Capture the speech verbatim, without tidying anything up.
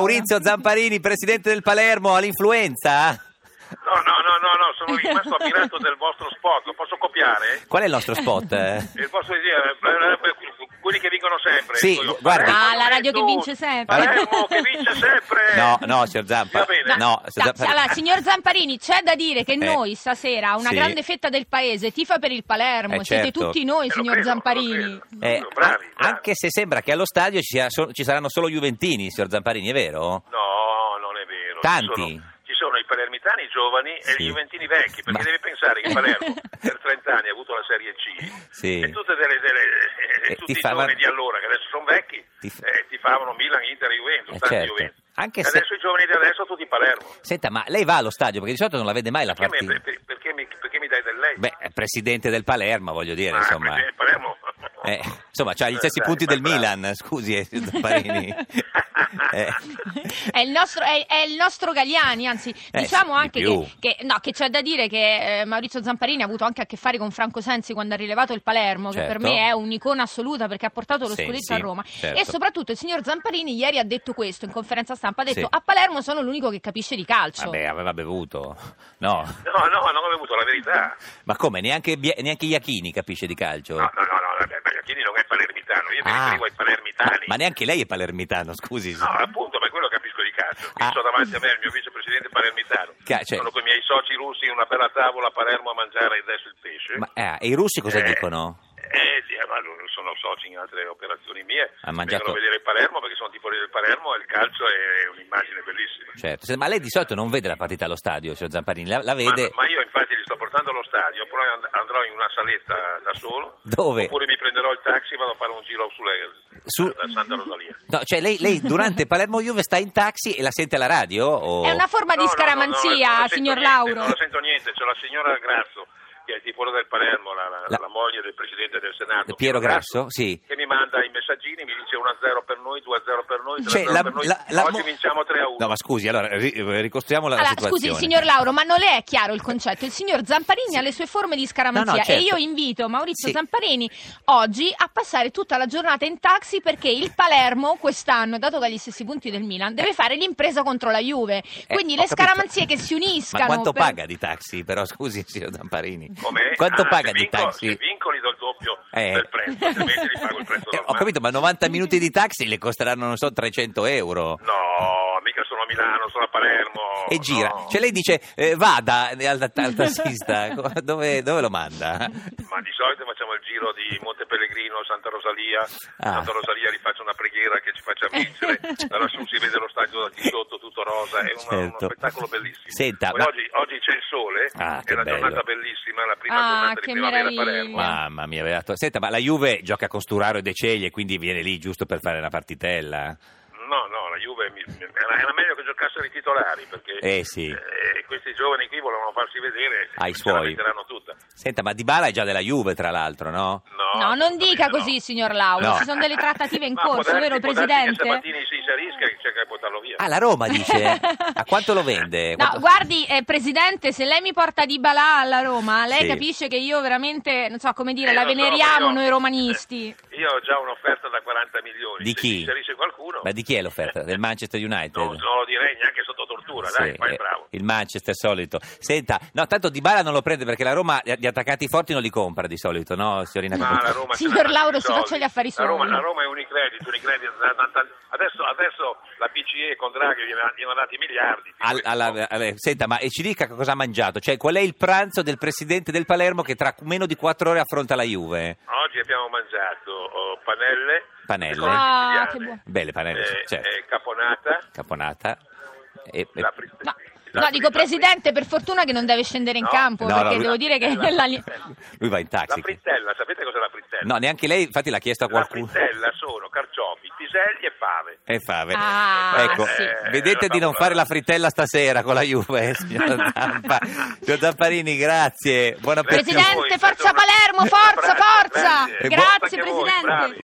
Maurizio Zamparini, presidente del Palermo, all'influenza? No, no, no, no, no, sono rimasto ammirato del vostro spot, lo posso copiare? Qual è il nostro spot? Il vostro eh, quelli che vincono sempre. Sì, io, guardi. Ah, la radio che vince sempre. Palermo che vince sempre. No, no, signor Zampa. Va bene. No, No, Zampa- allora, signor Zamparini, c'è da dire che Eh, noi stasera, una sì. grande fetta del paese, tifa per il Palermo, Eh, siete certo. tutti noi, Eh, lo signor credo, Zamparini. lo credo. Eh, bravi, a- bravi. anche se sembra che allo stadio ci, sia so- ci saranno solo juventini, signor Zamparini, è vero? No, non è vero. Tanti. Ci sono, ci sono i palermitani giovani e Sì. i juventini vecchi, perché Ma- devi pensare che Palermo per trenta anni ha avuto la Serie C Sì. e tutte delle, delle, E e tutti ti i fa- giovani di allora che adesso sono vecchi Ti fa- eh, tifavano Milan, Inter e Juventus, Eh, tanti certo. Juventus. Anche E se- adesso i giovani di adesso tutti Palermo. Senta, ma lei va allo stadio? Perché di solito non la vede mai la Perché, partita. mi, per- perché, mi, perché mi dai del lei? Beh, è presidente del Palermo, voglio dire, Ah, insomma. perché Palermo... Eh, insomma, c'ha gli Eh, stessi dai, punti ma del bravo. Milan, scusi, eh, signor Zamparini. Eh. È il nostro, è, è il nostro Galliani, anzi Eh, diciamo sì, anche di più. che, che, no, che c'è da dire che eh, Maurizio Zamparini ha avuto anche a che fare con Franco Sensi quando ha rilevato il Palermo, che per Certo. me è un'icona assoluta perché ha portato lo Sensi, scudetto a Roma. certo. E soprattutto il signor Zamparini ieri ha detto questo in conferenza stampa, ha detto Sì. a Palermo sono l'unico che capisce di calcio. Vabbè, aveva bevuto. No. No, no, non ho bevuto la verità. Ma come? Neanche, Bie- neanche Iachini capisce di calcio? No, no, no, no, vabbè, Magliacchini non è palermitano, io mi Ah. riferivo ai palermitani. Ma neanche lei è palermitano, scusi. No, appunto, per quello capisco di calcio. Qui Ah. c'ho davanti a me il mio vicepresidente palermitano. Ca- cioè- Sono con i miei soci russi in una bella tavola a Palermo a mangiare adesso il pesce. Ma, eh, e i russi cosa Eh, dicono? Eh, sì, ma loro sono soci in altre operazioni mie. Ha mangiato- Vengono a vedere il Palermo perché sono tifosi del Palermo e il calcio è un'immagine bellissima. Certo. Se- Ma lei di solito non vede la partita allo stadio, signor Zamparini, la, la vede... Ma, ma io infatti li sto portando allo stadio, poi and- andrò in una saletta da solo. Dove? Oppure mi prenderò il taxi e vado a fare un giro sulle, Su- da Santa Rosalia. No, cioè lei, lei durante Palermo-Juve sta in taxi e la sente alla radio? O... È una forma di No, no, no, no, scaramanzia, non la sento signor niente, Lauro. Non la sento niente, c'è la signora Grasso, che è il tifoso del Palermo, la, la, La- la moglie del presidente del Senato. Piero Grasso? Sì. Che mi manda i messaggini, mi dice uno a zero per noi, due a zero per noi, tre a Cioè, zero la- per noi. la- la- Oggi vinciamo tre a uno. No, ma scusi, allora ri- ricostruiamo la Allora, situazione. scusi, signor Lauro, ma non le è chiaro il concetto? Il signor Zamparini ha le sue forme di scaramanzia No, no, certo. e io invito Maurizio Sì. Zamparini oggi a passare tutta la giornata in taxi perché il Palermo quest'anno, dato che ha gli stessi punti del Milan, deve fare l'impresa contro la Juve. Quindi Eh, ho le capito. scaramanzie che si uniscano. Ma quanto per- paga di taxi, però, scusi, signor Zamparini? Com'è? Quanto Ah, paga se di vinco- taxi? Se vinco li do il doppio Eh. del prezzo, altrimenti li pago il prezzo Eh, ho normale. capito, ma novanta minuti di taxi le costeranno, non so, trecento euro. No, mica sono a Milano, sono a Palermo. E gira. no. Cioè lei dice, eh, vada al, al tassista, dove, dove lo manda? Ma di solito facciamo il giro di Monte Pellegrino, Santa Rosalia. Ah. Santa Rosalia gli faccio una preghiera che ci faccia vincere. Da lassù si vede lo stadio da di sotto tutto rosa, è una- Certo. uno spettacolo bellissimo. Senta, Poi ma- oggi, oggi c'è il sole, Ah, è che una bello. giornata bellissima, la prima Ah, giornata di che primavera a meraviglia. Palermo. Mamma mia, aveva to- senta, ma la Juve gioca con Sturaro e De Ceglie, quindi viene lì giusto per fare una partitella? No, no, la Juve mi- era, era meglio che giocassero i titolari perché Eh, sì. eh, questi giovani qui volevano farsi vedere Ai se la suoi. metteranno tutta. Senta, ma Dybala è già della Juve, tra l'altro, no? No, No, non dica assolutamente così, no. signor Lauro. No. Ci sono delle trattative in Ma può corso, darsi- vero può darsi Presidente? Che Sabatini si inserisca e cerca di portarlo via. Ah, la Roma dice? A quanto lo vende? No, Quanto- guardi, eh, Presidente, se lei mi porta Dybala alla Roma, lei Sì. capisce che io veramente, non so come dire, Eh, la lo so, veneriamo io- noi romanisti. Io ho già un'offerta da quaranta milioni. Di Se chi? si inserisce qualcuno, Ma di chi è l'offerta? Del Manchester United? non, non lo direi neanche sotto tortura, Sì, dai, fai eh, bravo. il Manchester solito. Senta, no, tanto Dybala non lo prende perché la Roma gli attaccanti forti non li compra di solito, no, signorina? Ma la Roma ce Signor n'ha Lauro, tanti si faccia soldi. gli affari La Roma, suoi. la Roma è Unicredit, Unicredit adesso, adesso la B C E con Draghi gli ha, gli ha dati miliardi. Al- alla- alla- senta, ma e ci dica cosa ha mangiato? Cioè, qual è il pranzo del presidente del Palermo che tra meno di quattro ore affronta la Juve? Oggi abbiamo mangiato oh, panelle, Panelle. con le Ah, siciliane, che buono. Belle panelle, eh, certo. eh, caponata, Caponata. E, e- la fri- No, la no, fri- dico la fri- Presidente, per fortuna che non deve scendere in No, campo, no, no, perché lui- devo dire che la- la- lui va in La taxi. frittella, sapete cos'è la frittella? No, neanche lei, infatti l'ha chiesto a La qualcuno. frittella sono carciofi, piselli e fave. E fave. Ah, ecco, sì. vedete di non Eh, fare la frittella stasera con la Juve, eh, signor Zampa. Signor Zamparini, grazie. Buon appetito. Grazie a voi, Presidente, forza buona- Palermo, forza, Grazie, forza! grazie. Grazie, Anche voi, Presidente. bravi.